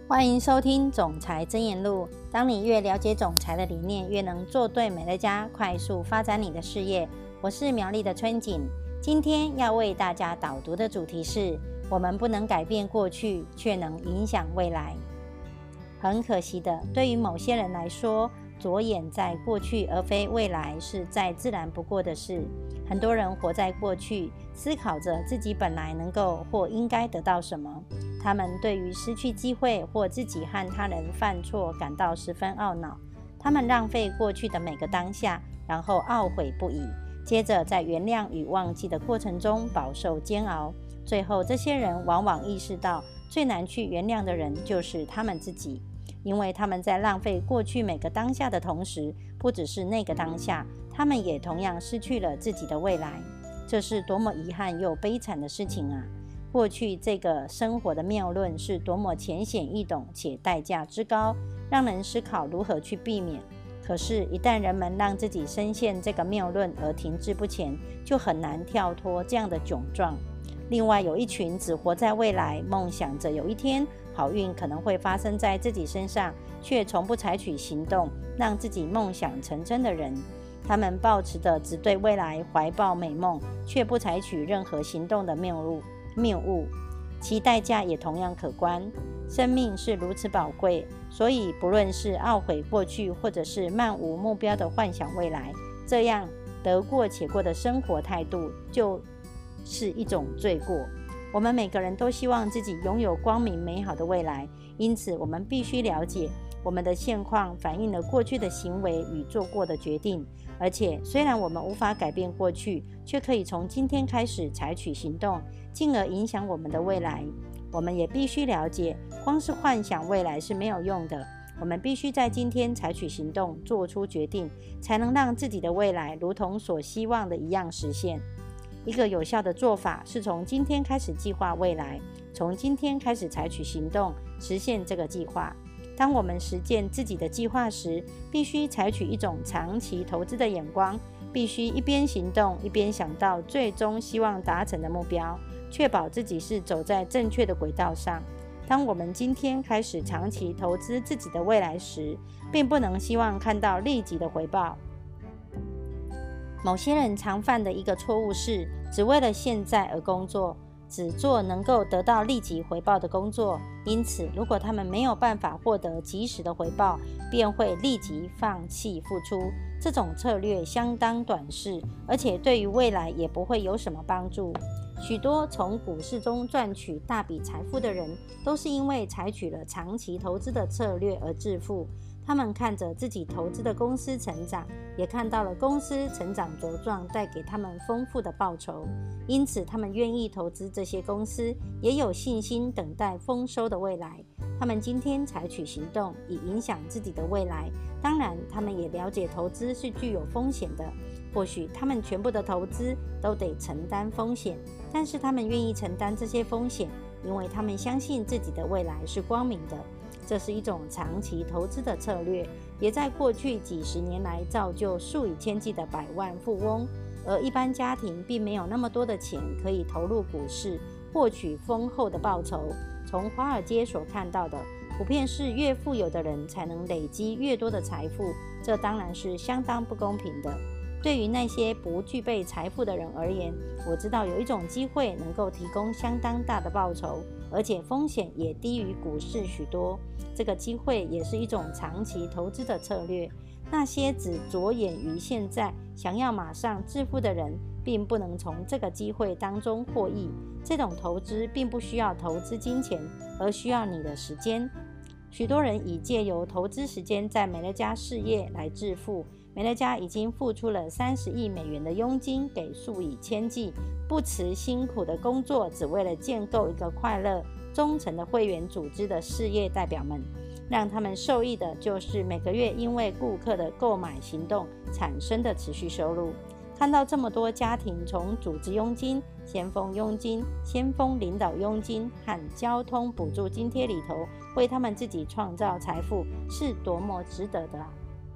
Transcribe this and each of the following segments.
欢迎收听总裁真言录。当你越了解总裁的理念，越能做对美乐家，快速发展你的事业。我是苗栗的春景，今天要为大家导读的主题是：我们不能改变过去，却能影响未来。很可惜的，对于某些人来说，着眼在过去而非未来是再自然不过的事。很多人活在过去，思考着自己本来能够或应该得到什么。他们对于失去机会或自己和他人犯错感到十分懊恼。他们浪费过去的每个当下，然后懊悔不已，接着在原谅与忘记的过程中饱受煎熬。最后，这些人往往意识到，最难去原谅的人就是他们自己，因为他们在浪费过去每个当下的同时，不只是那个当下，他们也同样失去了自己的未来。这是多么遗憾又悲惨的事情啊！过去这个生活的谬论是多么浅显易懂且代价之高，让人思考如何去避免。可是，一旦人们让自己深陷这个谬论而停滞不前，就很难跳脱这样的窘状。另外，有一群只活在未来，梦想着有一天好运可能会发生在自己身上，却从不采取行动让自己梦想成真的人。他们抱持的只对未来怀抱美梦，却不采取任何行动的谬误，其代价也同样可观。生命是如此宝贵，所以不论是懊悔过去，或者是漫无目标的幻想未来，这样得过且过的生活态度就是一种罪过。我们每个人都希望自己拥有光明美好的未来，因此我们必须了解，我们的现况反映了过去的行为与做过的决定。而且，虽然我们无法改变过去，却可以从今天开始采取行动，进而影响我们的未来。我们也必须了解，光是幻想未来是没有用的，我们必须在今天采取行动，做出决定，才能让自己的未来如同所希望的一样实现。一个有效的做法是从今天开始计划未来，从今天开始采取行动，实现这个计划。当我们实践自己的计划时，必须采取一种长期投资的眼光，必须一边行动，一边想到最终希望达成的目标，确保自己是走在正确的轨道上。当我们今天开始长期投资自己的未来时，并不能希望看到立即的回报。某些人常犯的一个错误是，只为了现在而工作，只做能够得到立即回报的工作。因此，如果他们没有办法获得及时的回报，便会立即放弃付出。这种策略相当短视，而且对于未来也不会有什么帮助。许多从股市中赚取大笔财富的人，都是因为采取了长期投资的策略而致富。他们看着自己投资的公司成长，也看到了公司成长茁壮带给他们丰富的报酬，因此他们愿意投资这些公司，也有信心等待丰收的未来。他们今天采取行动，以影响自己的未来。当然，他们也了解投资是具有风险的，或许他们全部的投资都得承担风险，但是他们愿意承担这些风险，因为他们相信自己的未来是光明的。这是一种长期投资的策略，也在过去几十年来造就数以千计的百万富翁。而一般家庭并没有那么多的钱可以投入股市，获取丰厚的报酬。从华尔街所看到的，普遍是越富有的人才能累积越多的财富，这当然是相当不公平的。对于那些不具备财富的人而言，我知道有一种机会能够提供相当大的报酬，而且风险也低于股市许多。这个机会也是一种长期投资的策略。那些只着眼于现在，想要马上致富的人，并不能从这个机会当中获益。这种投资并不需要投资金钱，而需要你的时间。许多人已借由投资时间在美乐家事业来致富。美乐家已经付出了30亿美元的佣金给数以千计不辞辛苦的工作，只为了建构一个快乐忠诚的会员组织的事业代表们。让他们受益的就是每个月因为顾客的购买行动产生的持续收入。看到这么多家庭从组织佣金、先锋佣金、先锋领导佣金和交通补助津贴里头为他们自己创造财富，是多么值得的啊！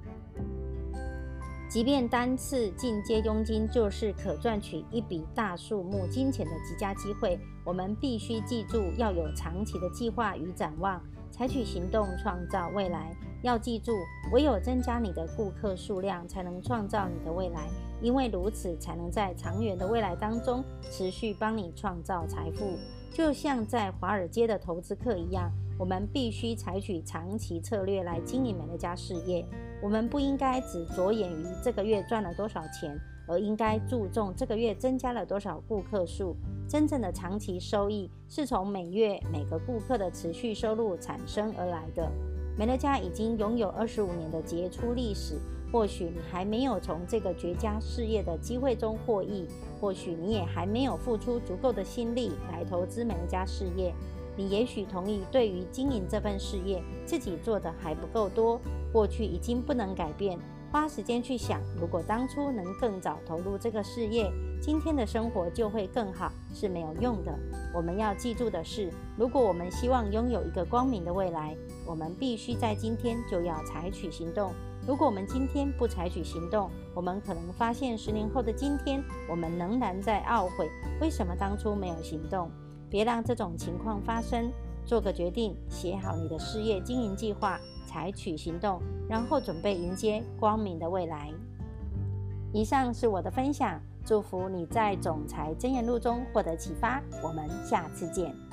即便单次进阶佣金就是可赚取一笔大数目金钱的极佳机会，我们必须记住要有长期的计划与展望， 采取行动创造未来。要记住，唯有增加你的顾客数量，才能创造你的未来，因为如此才能在长远的未来当中持续帮你创造财富。就像在华尔街的投资客一样，我们必须采取长期策略来经营美乐家事业。我们不应该只着眼于这个月赚了多少钱，而应该注重这个月增加了多少顾客数。真正的长期收益是从每月每个顾客的持续收入产生而来的。美乐家已经拥有25年的杰出历史，或许你还没有从这个绝佳事业的机会中获益，或许你也还没有付出足够的心力来投资美乐家事业。你也许同意，对于经营这份事业，自己做的还不够多，过去已经不能改变。花时间去想，如果当初能更早投入这个事业，今天的生活就会更好，是没有用的。我们要记住的是，如果我们希望拥有一个光明的未来，我们必须在今天就要采取行动。如果我们今天不采取行动，我们可能发现10年后的今天，我们仍然在懊悔为什么当初没有行动。别让这种情况发生，做个决定，写好你的事业经营计划，采取行动，然后准备迎接光明的未来。以上是我的分享，祝福你在总裁箴言录中获得启发，我们下次见。